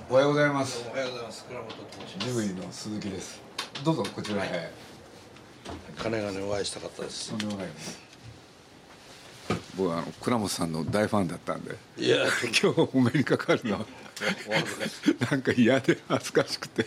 おはようございます。 おはようございます。倉本と申します。 ジブリの鈴木です。どうぞこちらへ。 金がねお会いしたかったです。 とんでもないです。僕は倉本さんの大ファンだったんで、 いや今日お目にかかるのはなんか嫌で恥ずかしくて。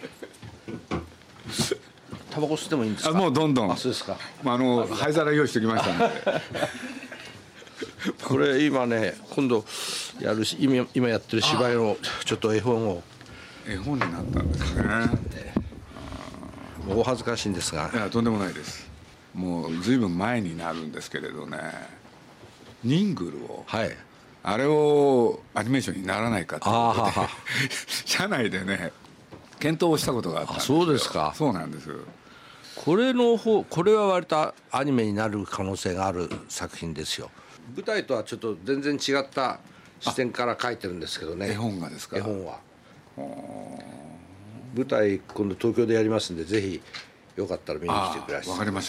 タバコ吸ってもいいんですか。 もうどんどん。 あ、そうですか。 灰皿用意してきましたので。 これ今ね今度やるし今やってる芝居のちょっと絵本を。 絵本になったんですね。 もうお恥ずかしいんですが。 いやとんでもないです。もうずいぶん前になるんですけれどね。ニングルを。 はい。 あれをアニメーションにならないかということであ社内でね検討をしたことがあったんですよ。 そうですか。 そうなんです。 これは割とアニメになる可能性がある作品ですよ。舞台とはちょっと全然違った視点から書いてるんですけどね。 絵本がですか。 絵本は舞台今度東京でやりますんで、ぜひよかったら見に来てください。 わかりました。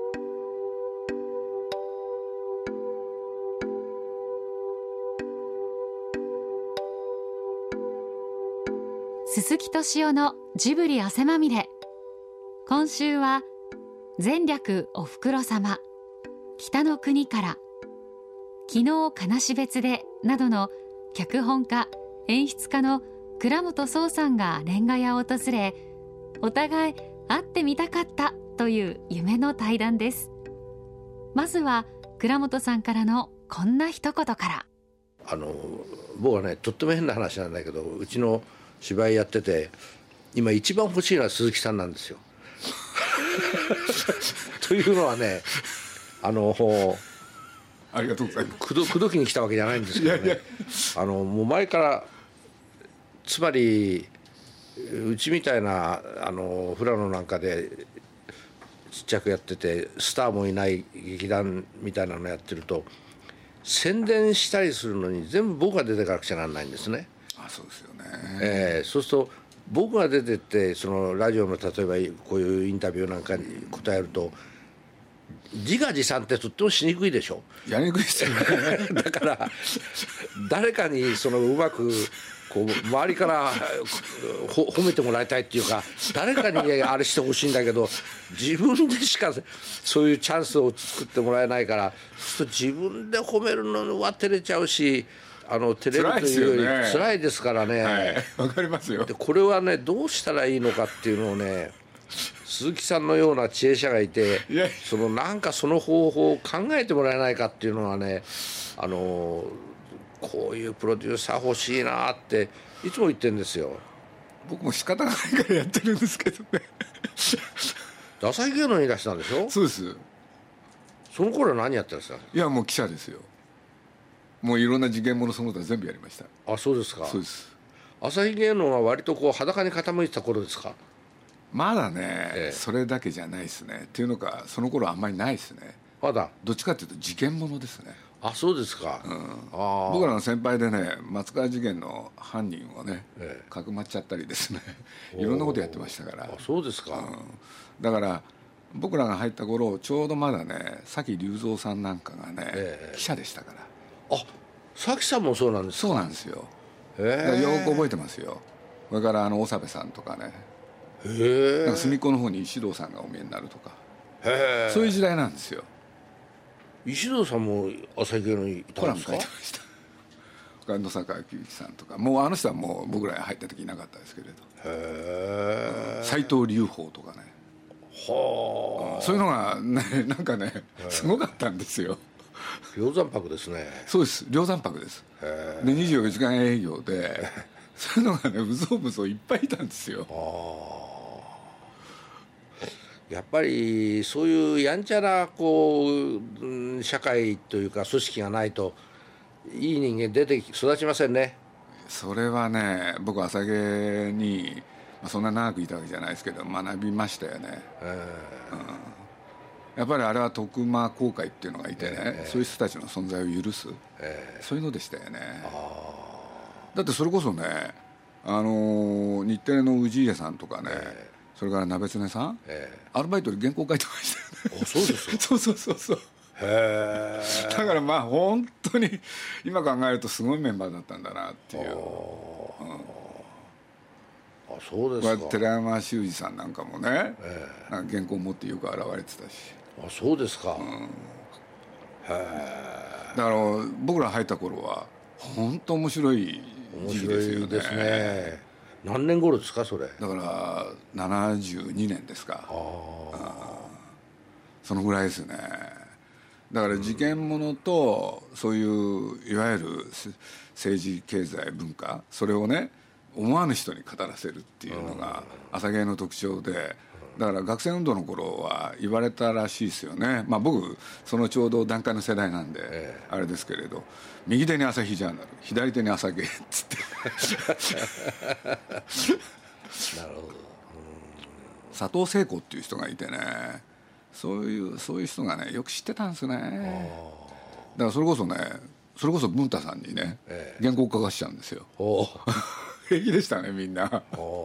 鈴木敏夫のジブリ汗まみれ。今週は前略おふくろ様、北の国から、昨日金標別でなどの脚本家演出家の倉本壮さんがレンガ屋を訪れ、お互い会ってみたかったという夢の対談です。まずは倉本さんからのこんな一言から。 僕はねとっても変な話なんだけど、うちの芝居やってて今一番欲しいのは鈴木さんなんですよ。というのはねありがとうございます。 口説きに来たわけじゃないんですけどね。もう前からつまりうちみたいな富良野なんかでちっちゃくやっててスターもいない劇団みたいなのやってると宣伝したりするのに全部僕が出てかなくちゃならないんですね。 そうですよね。 そうすると僕が出てってそのラジオの例えばこういうインタビューなんかに答えると自画自賛ってとってもしにくいでしょ。 やりにくいですよね。 だから誰かにうまくこう周りから褒めてもらいたいっていうか、誰かにあれしてほしいんだけど自分でしかそういうチャンスを作ってもらえないから、自分で褒めるのは照れちゃうし、照れるというより辛いですからね。 わかりますよ。 でこれはねどうしたらいいのかっていうのをね、鈴木さんのような知恵者がいて、なんかその方法を考えてもらえないかっていうのはね、こういうプロデューサー欲しいなっていつも言ってるんですよ。 僕も仕方がないからやってるんですけどね。 朝日芸能にいらしたんでしょ。 そうです。 その頃は何やってるんですか。 いやもう記者ですよ。もういろんな事件ものその他全部やりました。 あ、そうですか。 そうです。 朝日芸能は割とこう裸に傾いてた頃ですか。 まだね、それだけじゃないですね。っていうのかその頃あんまりないですね。 まだどっちかっていうと事件ものですね。 あ、そうですか。 僕らの先輩でね松川事件の犯人をね、かくまっちゃったりですね、いろんなことやってましたから。 あ、そうですか。 だから僕らが入った頃ちょうどまだね崎隆三さんなんかがね、記者でしたから。 あ、崎さんもそうなんですか。 そうなんですよ。よく覚えてますよ。それから長部さんとかね、なんか隅っこの方に石堂さんがお見えになるとか、そういう時代なんですよ。 石堂さんも朝日芸能にいたんですか。 コラム書いてました。野坂昭之さんとか、もうあの人はもう僕ら入った時いなかったですけれど、斎藤隆法とかね、そういうのがねなんかねすごかったんですよ。 梁山泊ですね。 そうです、梁山泊です。で24時間営業でそういうのがねうぞうむぞういっぱいいたんですよ。 やっぱりそういうやんちゃな社会というか組織がないといい人間出て育ちませんね。 それはね僕朝芸に、そんな長くいたわけじゃないですけど学びましたよね。やっぱりあれは徳間公会っていうのがいてね、そういう人たちの存在を許す、そういうのでしたよね。だってそれこそね日テレの氏家さんとかね、それから鍋常さん、アルバイトで原稿書いてましたよね。 あ、そうですか。 そうだから本当に今考えるとすごいメンバーだったんだなっていう、 あ、そうですか。 寺山修司さんなんかもね、なんか原稿を持ってよく現れてたし。 あ、そうですか。 だから僕ら入った頃は本当面白い時期ですよね。 面白いですね。何年頃ですかそれ。 だから72年ですか。そのぐらいですね。だから事件ものとそういういわゆる政治経済文化、それをね思わぬ人に語らせるっていうのが朝芸の特徴で、だから学生運動の頃は言われたらしいですよね。まあ僕そのちょうど団塊の世代なんであれですけれど、右手に朝日ジャーナル、左手に朝芸っつってなるほど。 佐藤聖子っていう人がいてね、そういう人がねよく知ってたんですよね。だからそれこそ文太さんにね、原稿書かしちゃうんですよ。平気でしたねみんな。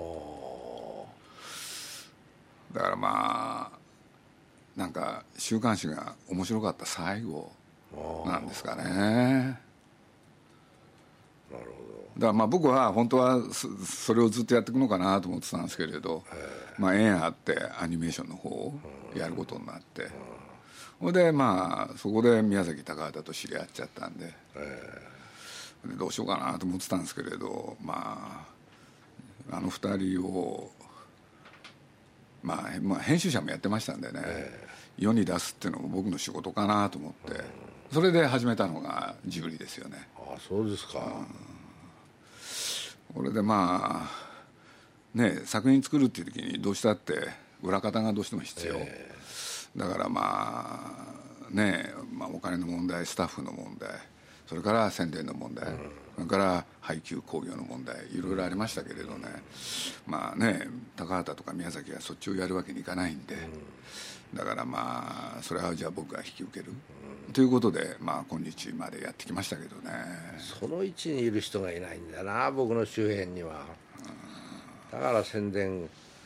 だからまあなんか週刊誌が面白かった最後なんですかね。なるほど。 だからまあ僕は本当はそれをずっとやっていくのかなと思ってたんですけれど、まあ縁あってアニメーションの方をやることになって、それでまあそこで宮崎高畑と知り合っちゃったんで、どうしようかなと思ってたんですけれど、まああの二人をまあ編集者もやってましたんでね、世に出すっていうのも僕の仕事かなと思って、それで始めたのがジブリですよね。 あ、そうですか。 これでまあね、作品作るっていう時にどうしたって裏方がどうしても必要、だからまあね、まあ、お金の問題、スタッフの問題、それから宣伝の問題、それから配給興行の問題、いろいろありましたけれどね、まあね高畑とか宮崎がそっちをやるわけにいかないんで、だからまあそれはじゃあ僕が引き受ける、ということでまあ今日までやってきましたけどね。 その位置にいる人がいないんだな、僕の周辺には。だから宣伝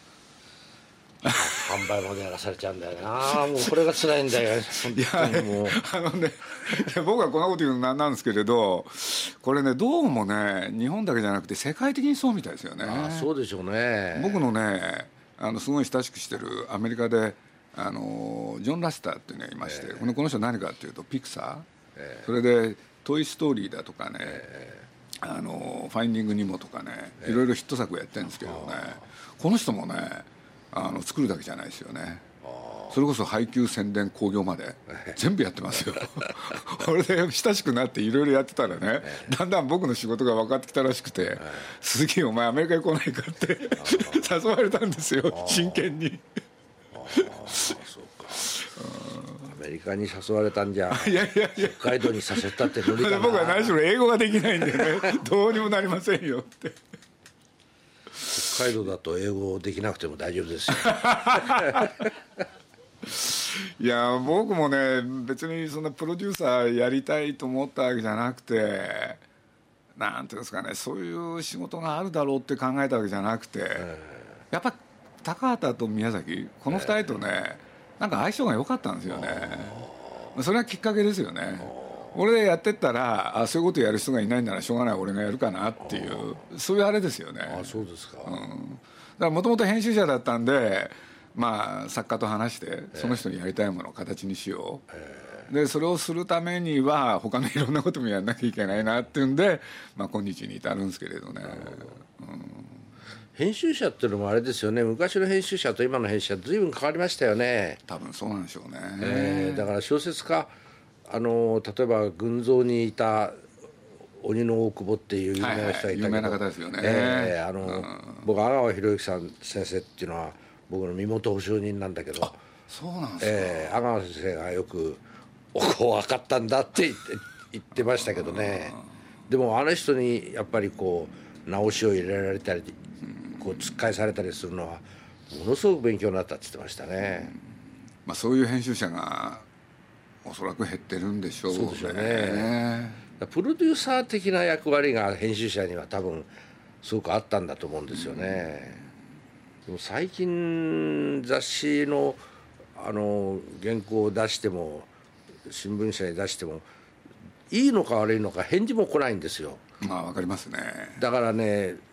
販売までやらされちゃうんだよな。もうこれが辛いんだよ。本当にもう僕はこんなこと言うのなんなんですけれど、これねどうもね日本だけじゃなくて世界的にそうみたいですよね。 そうでしょうね。 僕のねすごい親しくしてるアメリカでジョン・ラスターっていうのがいまして、この人何かっていうとピクサー、それで「トイ・ストーリー」だとかね、ファインディング・ニモとかね、いろいろヒット作をやってるんですけどね、この人もね作るだけじゃないですよね。それこそ配給宣伝興行まで全部やってますよ。これで親しくなっていろいろやってたらね、だんだん僕の仕事が分かってきたらしくて、鈴木お前アメリカに来ないかって誘われたんですよ、真剣に。 そうか。アメリカに誘われたんじゃ、 いや北海道に誘ったって無理かな。 僕は何しろ英語ができないんでねどうにもなりませんよって。 北海道だと英語できなくても大丈夫ですよ。 いや僕もね別にそんなプロデューサーやりたいと思ったわけじゃなくて、なんていうんですかね、そういう仕事があるだろうって考えたわけじゃなくて、やっぱ高畑と宮崎この2人とねなんか相性が良かったんですよね。それがきっかけですよね。俺でやってったらそういうことやる人がいないならしょうがない、俺がやるかなっていう、そういうあれですよね。 そうですか。 だからもともと編集者だったんで、まあ作家と話してその人にやりたいものを形にしよう、でそれをするためには他のいろんなこともやんなきゃいけないなっていうんで、まあ、今日に至るんですけれどね。 編集者っていうのもあれですよね、昔の編集者と今の編集者随分変わりましたよね。 多分そうなんでしょうね。 だから小説家、例えば群像にいた鬼の大久保っていう有名な人がいたけど、 有名な方ですよね。 僕阿川博之先生っていうのは僕の身元保証人なんだけど、 そうなんですか。 阿川先生がよく「こう分かったんだ」って言ってましたけどね。でもあの人にやっぱりこう直しを入れられたりこう突っ返されたりするのはものすごく勉強になったって言ってましたね。 まあ、そういう編集者がおそらく減ってるんでしょうね。 そうでしょうね。プロデューサー的な役割が編集者には多分すごくあったんだと思うんですよね。でも最近雑誌の原稿を出しても新聞社に出してもいいのか悪いのか返事も来ないんですよ。 まあわかりますね。 だからね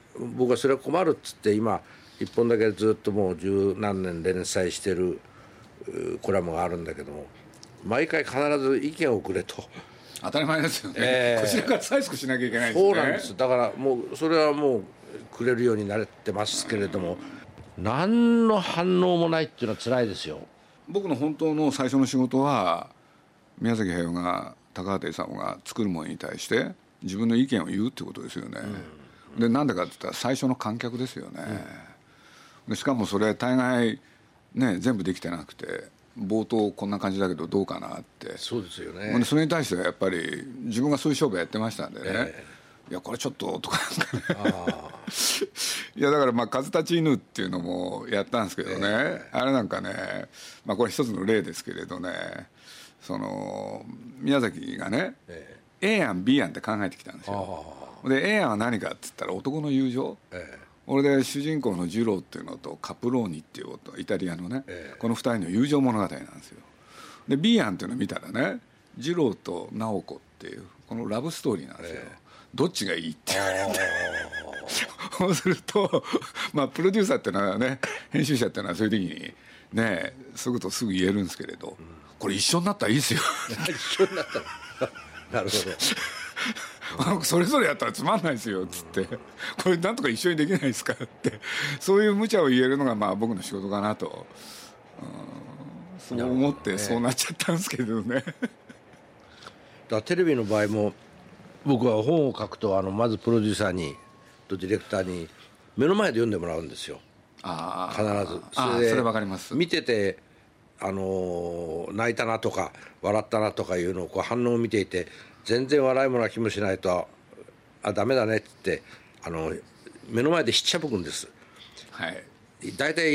僕はそれは困るっつって今一本だけずっともう十何年連載してるコラムがあるんだけども、毎回必ず意見をくれと。 当たり前ですよね、こちらから催促しなきゃいけないですね。 そうなんです。だからもうそれはもうくれるようになれてますけれども、何の反応もないっていうのは辛いですよ。 僕の本当の最初の仕事は宮崎駿が高畑勲が作るものに対して自分の意見を言うってことですよね、でなんでかって言ったら最初の観客ですよね、でしかもそれ大概ね全部できてなくて冒頭こんな感じだけどどうかなって。 そうですよね。 でそれに対してはやっぱり自分がそういう勝負やってましたんでね、いやこれちょっととかなんかねいやだから風立ちぬっていうのもやったんですけどね、あれなんかね、これ一つの例ですけれどね、その宮崎がね、A 案 B 案って考えてきたんですよ。で A 案は何かって言ったら男の友情、これで主人公のジローっていうのとカプローニっていうイタリアのね、この2人の友情物語なんですよ。で B 案っていうのを見たらね、ジローと直子っていうこのラブストーリーなんですよ、どっちがいいってそうするとプロデューサーっていうのはね、編集者っていうのはそういう時にねそういうことをすぐ言えるんですけれど、これ一緒になったらいいですよ一緒になったらなるほどそれぞれやったらつまんないですよっつって、これなんとか一緒にできないですかって、そういう無茶を言えるのが僕の仕事かなと、そう思ってそうなっちゃったんですけどね。だからテレビの場合も僕は本を書くとまずプロデューサーにとディレクターに目の前で読んでもらうんですよ、必ず。 それ分かります。 見てて泣いたなとか笑ったなとかいうのを反応を見ていて、全然笑いも泣きもしないとダメだねって目の前でひっちゃぶくんです。大体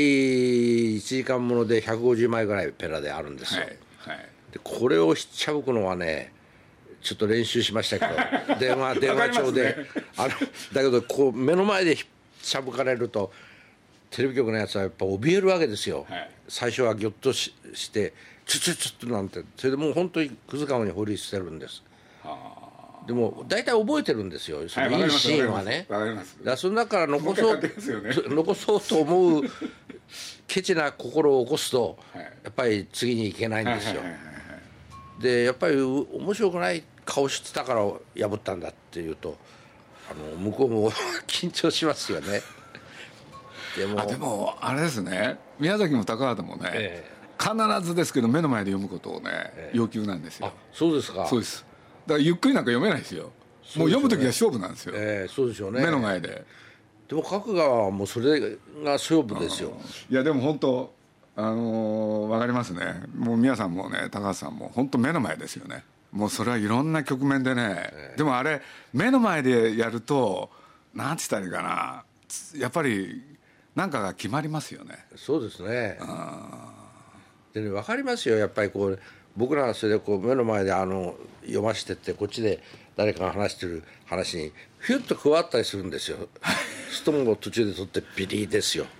1時間もので150枚ぐらいペラであるんですよ、でこれをひっちゃぶくのはねちょっと練習しましたけど電話帳で、だけどこう目の前でひっちゃぶかれるとテレビ局のやつはやっぱ怯えるわけですよ、最初はギョッとしてちょっとなんて、それでもう本当にくずかごに放り捨てるんです。でも大体覚えてるんですよ、そのいいシーンはね。だからその中から残そうと思うケチな心を起こすとやっぱり次に行けないんですよ。でやっぱり面白くない顔してたから破ったんだっていうと向こうも緊張しますよね。でもあれですね、宮崎も高畑もね、必ずですけど目の前で読むことをね、要求なんですよ。 そうですか。 そうです。だからゆっくりなんか読めないですよ。もう読む時は勝負なんですよ。 そうでしょうね。 目の前で。 でも書く側はもうそれが勝負ですよ。 いやでも本当分かりますね。もう皆さんもね、高橋さんも本当目の前ですよね。もうそれはいろんな局面でね、でもあれ目の前でやるとなんて言ったらいいかな、やっぱり何かが決まりますよね。 そうですね。でね、分かりますよ。やっぱりこう僕らはそれで目の前で読ませてってこっちで誰かが話してる話にヒュッと加わったりするんですよ。ストーンを途中で取ってビリですよ。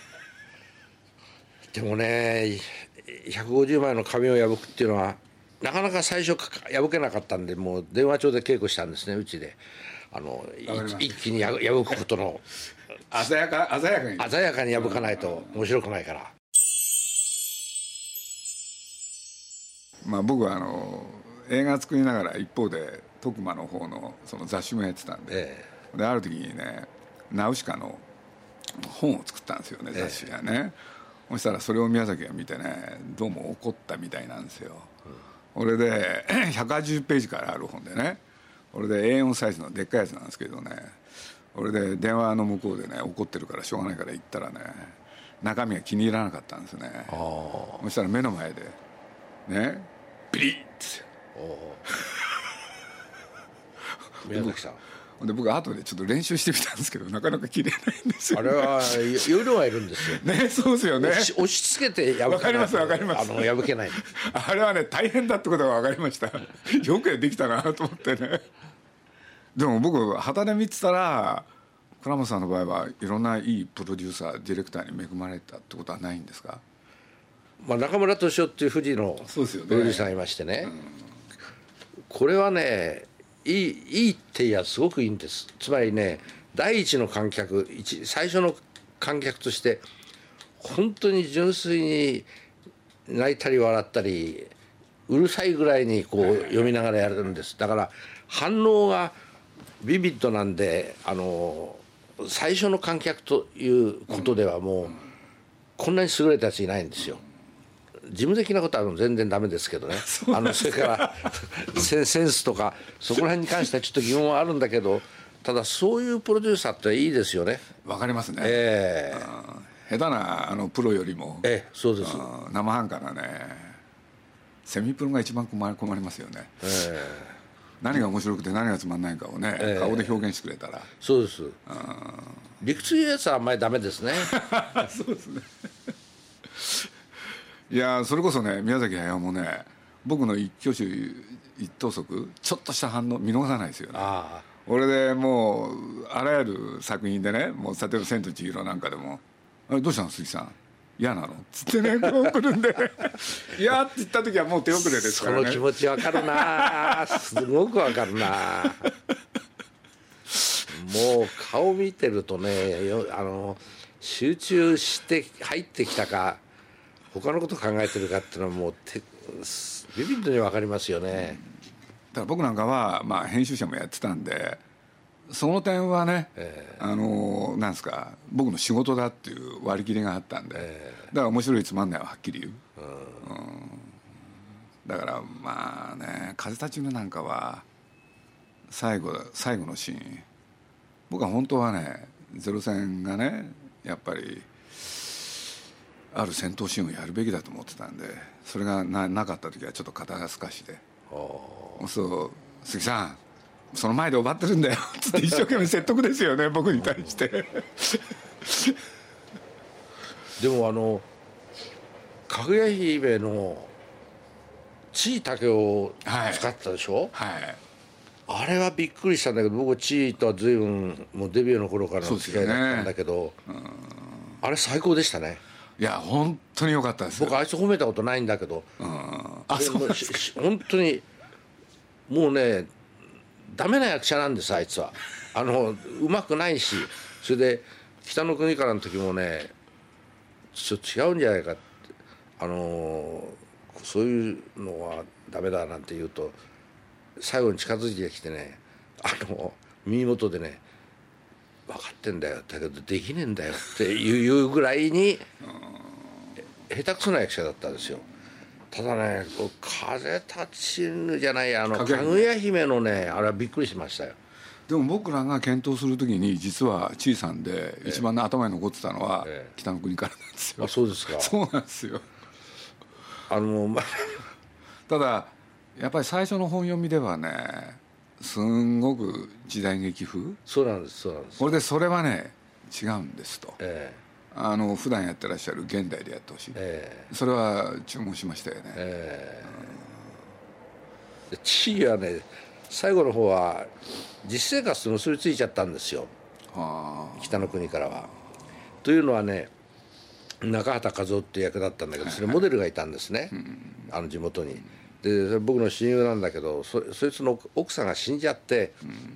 でもね150枚の紙を破くっていうのはなかなか最初破けなかったんで、もう電話帳で稽古したんですね、うちで。一気に破くことの鮮やかに破かないと面白くないから。 僕は映画作りながら一方で徳間の方のその雑誌もやってたんで、である時にねナウシカの本を作ったんですよね、雑誌がね。そしたらそれを宮崎が見てね、どうも怒ったみたいなんですよ。これで180ページからある本でね、これで A4 サイズのでっかいやつなんですけどね、これで電話の向こうでね怒ってるからしょうがないから言ったらね、中身が気に入らなかったんですね。そしたら目の前でねビリッて宮崎さんで、僕後でちょっと練習してみたんですけどなかなか切れないんですよ、ね、 あれは夜はいるんですよね。そうですよね。 押し付けて破けない。 わかります破けない。 あれはね大変だってことが分かりました。よくできたなと思ってね。でも僕旗で見てたら倉本さんの場合はいろんないいプロデューサーディレクターに恵まれたってことはないんですか？ 中村俊夫っていう富士のプロデューサーがいましてね、これはねいいっていやすごくいいんです。つまりね第一の観客、最初の観客として本当に純粋に泣いたり笑ったりうるさいぐらいにこう読みながらやるんです。だから反応がビビッドなんで、最初の観客ということではもうこんなに優れたやついないんですよ。事務的なことは全然ダメですけどね。それからセンスとかそこら辺に関してはちょっと疑問はあるんだけど、ただそういうプロデューサーっていいですよね。 わかりますね。下手なプロよりも、 そうです。 生半可なねセミプロが一番困りますよね。何が面白くて何がつまんないかをね、顔で表現してくれたら。 そうです。理屈言うやつはあんまりダメですね。 そうですね。いやそれこそね、宮崎駿もね、僕の一挙手一投足ちょっとした反応見逃さないですよね。俺でもうあらゆる作品でね、もう例えば「千と千尋」なんかでも「あれどうしたの鈴木さん嫌なの?」っつってね送るんで「いや」って言った時はもう手遅れですからね。 その気持ちわかるな。すごくわかるな。もう顔見てるとね、集中して入ってきたか他のこと考えてるかっていうのはもうビビッドに分かりますよね。 だから僕なんかは、編集者もやってたんで、その点はね、なんですか、僕の仕事だっていう割り切りがあったんで、だから面白いつまんないははっきり言う、だから風立ちぬなんかは最後のシーン、僕は本当はね、ゼロ戦がねやっぱりある戦闘シーンをやるべきだと思ってたんで、それが なかった時はちょっと肩透かしで、そう鈴木さんその前で奪ってるんだよつって一生懸命説得ですよね僕に対してでもかぐや姫の地位竹を使ったでしょ、あれはびっくりしたんだけど、僕地位とは随分もうデビューの頃からの付き合いだったんだけど、あれ最高でしたね。 いや本当に良かったです。 僕あいつ褒めたことないんだけど、本当にもうねダメな役者なんです。あいつはうまくないし、それで北の国からの時もねちょっと違うんじゃないかって、そういうのはダメだなんて言うと最後に近づいてきてね、耳元でね「分かってんだよだけどできねえんだよ」っていうぐらいに下手くそな役者だったんですよ。ただね「風立ちぬ」じゃないかぐや姫のねあれはびっくりしましたよ。 でも僕らが検討するときに実はちいさんで一番頭に残ってたのは北の国からなんですよ。 そうですか。 そうなんですよ。ただやっぱり最初の本読みではねすんごく時代劇風。 そうなんです。 それはね違うんですと、普段やってらっしゃる現代でやってほしい、それは注文しましたよね。 地位はね最後の方は実生活と結びついちゃったんですよ、北の国からは。というのはね中畑和夫っていう役だったんだけど、それモデルがいたんですね、地元に。でそれ僕の親友なんだけど、そいつの奥さんが死んじゃって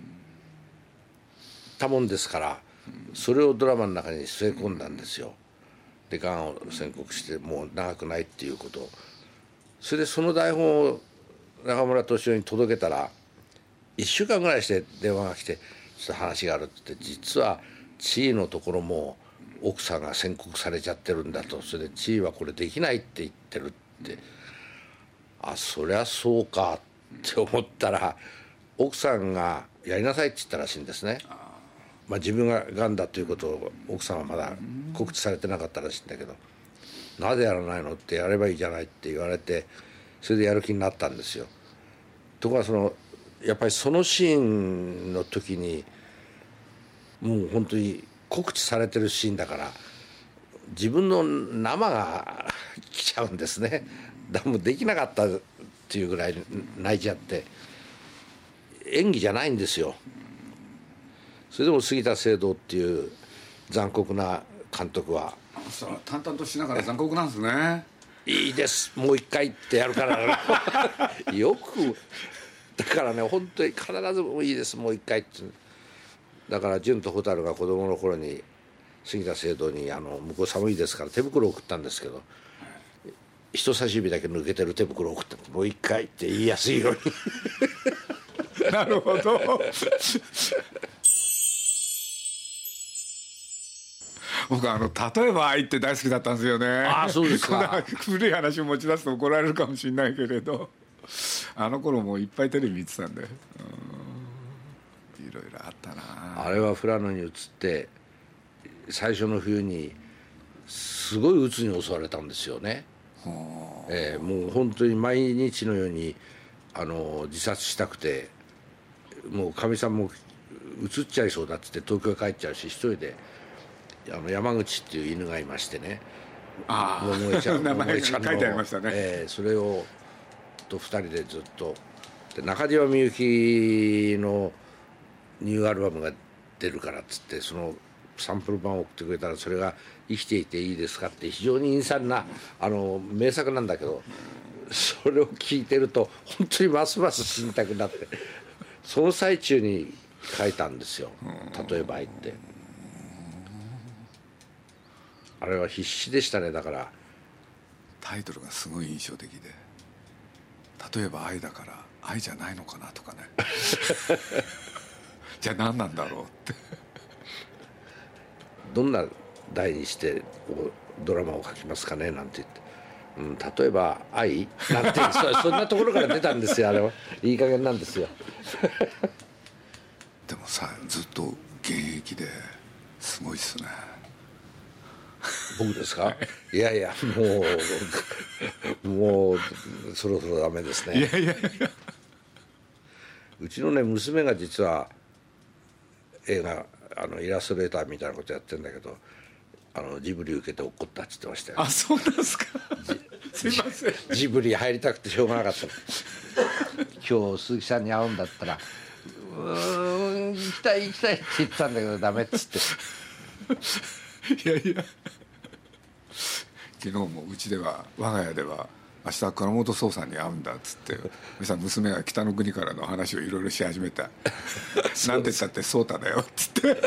たもんですから、それをドラマの中に据え込んだんですよ。でがんを宣告してもう長くないっていうことを。それでその台本を中村俊夫に届けたら1週間ぐらいして電話が来て「ちょっと話がある」って「実は地位のところも奥さんが宣告されちゃってるんだ」と。それで地位はこれできないって言ってるって。そりゃそうかって思ったら奥さんがやりなさいって言ったらしいんですね。自分ががんだということを奥さんはまだ告知されてなかったらしいんだけど、なぜやらないのってやればいいじゃないって言われて、それでやる気になったんですよ。ところがやっぱりそのシーンの時にもう本当に告知されてるシーンだから自分の生が来ちゃうんですね。だからもうできなかったっていうぐらい泣いちゃって、演技じゃないんですよ。それでも杉田清道っていう残酷な監督は淡々としながら残酷なんですね。 いいですもう一回ってやるからよくだからね本当に必ずもういいですもう一回ってだから純と蛍が子供の頃に杉田聖堂に向こう寒いですから手袋を送ったんですけど、人差し指だけ抜けてる手袋を送った。もう一回って言いやすいようになるほど僕例えば愛って大好きだったんですよね。 ああ、そうですか。 古い話を持ち出すと怒られるかもしれないけれど、あの頃もういっぱいテレビ見てたんで、いろいろあったな。 あれは富良野に移って最初の冬にすごい鬱に襲われたんですよね。もう本当に毎日のように自殺したくて、もうかみさんも移っちゃいそうだっつって東京へ帰っちゃうし、一人で山口っていう犬がいましてね、 桃江ちゃんの名前が書いてありましたね。 それをと2人でずっとで、中島みゆきのニューアルバムが出るからっつって、そのサンプル版を送ってくれたら、それが生きていていいですかって非常に陰惨な名作なんだけど、それを聞いてると本当にますます死にたくなって、その最中に書いたんですよ。例えば愛って、あれは必死でしたね。だからタイトルがすごい印象的で、例えば愛だから愛じゃないのかなとかねじゃあ何なんだろうってどんな題にしてドラマを書きますかねなんて言って、例えば愛なんてそんなところから出たんですよ。あれはいい加減なんですよでもさ、ずっと現役ですごいっすね。 僕ですか？いやいや、もうそろそろダメですね。 いやいやいや、 うちのね娘が実は映画イラストレーターみたいなことやってるんだけど、ジブリ受けて怒ったって言ってましたよ。 あ、そうなんですかすいません。 ジブリ入りたくてしょうがなかった今日鈴木さんに会うんだったら行きたい行きたいって言ってたんだけどダメっつっていやいや、昨日もうちでは我が家では明日倉本壮さんに会うんだっつって娘が北の国からの話をいろいろし始めたなんて言ったって壮太だよっつって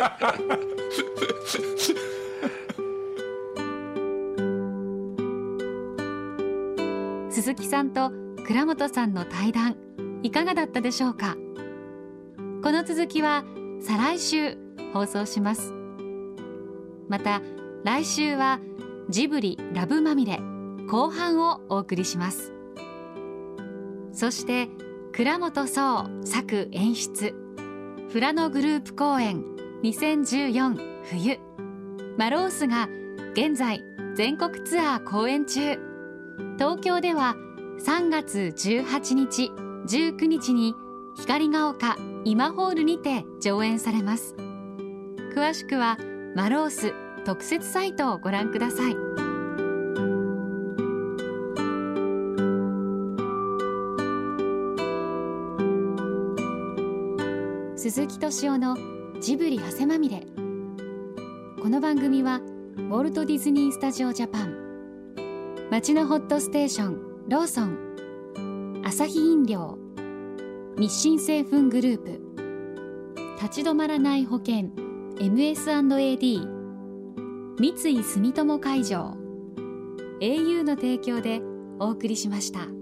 鈴木さんと倉本さんの対談いかがだったでしょうか。この続きは再来週放送します。また来週はジブリラブまみれ後半をお送りします。そして倉本壮作演出富良野グループ公演2014冬マロースが現在全国ツアー公演中。東京では3月18日19日に光が丘今ホールにて上演されます。詳しくはマロース特設サイトをご覧ください。鈴木敏夫のジブリ汗まみれ。この番組はウォルト・ディズニー・スタジオ・ジャパン、街のホットステーションローソン、アサヒ飲料、日清製粉グループ、立ち止まらない保険 MS&AD、 三井住友海上、au の提供でお送りしました。